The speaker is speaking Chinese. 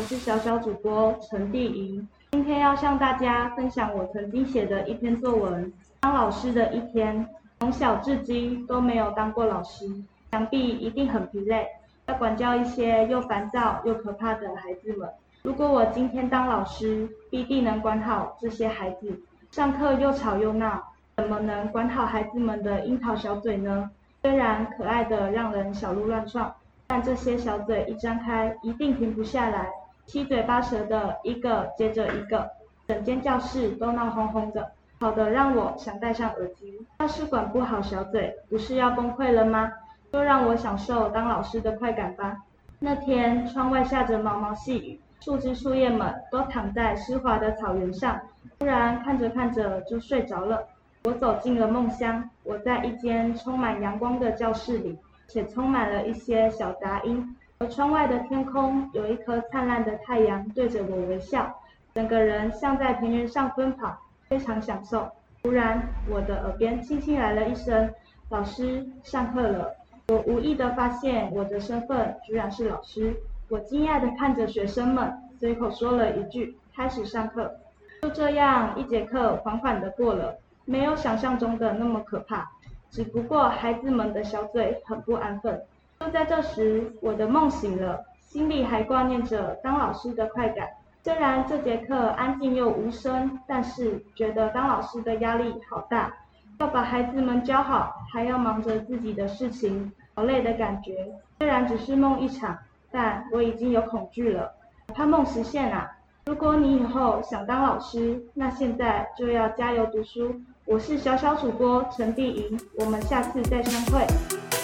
是小小主播陈碧莹，今天要向大家分享我曾经写的一篇作文。当老师的一天，从小至今都没有当过老师，想必一定很疲累，要管教一些又烦躁又可怕的孩子们。如果我今天当老师，必定能管好这些孩子。上课又吵又闹，怎么能管好孩子们的樱桃小嘴呢？虽然可爱的让人小鹿乱撞，但这些小嘴一张开，一定停不下来，七嘴八舌的一个接着一个，整间教室都闹哄哄的，吵得让我想戴上耳机。要是管不好小嘴，不是要崩溃了吗？就让我享受当老师的快感吧。那天窗外下着毛毛细雨，树枝树叶们都躺在湿滑的草原上，突然看着看着就睡着了。我走进了梦乡，我在一间充满阳光的教室里，且充满了一些小杂音，而窗外的天空有一颗灿烂的太阳对着我微笑，整个人像在平原上奔跑，非常享受。突然，我的耳边轻轻来了一声：老师，上课了。我无意地发现我的身份居然是老师，我惊讶地看着学生们，随口说了一句：开始上课。就这样，一节课缓缓地过了，没有想象中的那么可怕，只不过孩子们的小嘴很不安分。就在这时，我的梦醒了，心里还挂念着当老师的快感。虽然这节课安静又无声，但是觉得当老师的压力好大，要把孩子们教好，还要忙着自己的事情，好累的感觉。虽然只是梦一场，但我已经有恐惧了，怕梦实现啊。如果你以后想当老师，那现在就要加油读书。我是小小主播陈碧莹，我们下次再相会。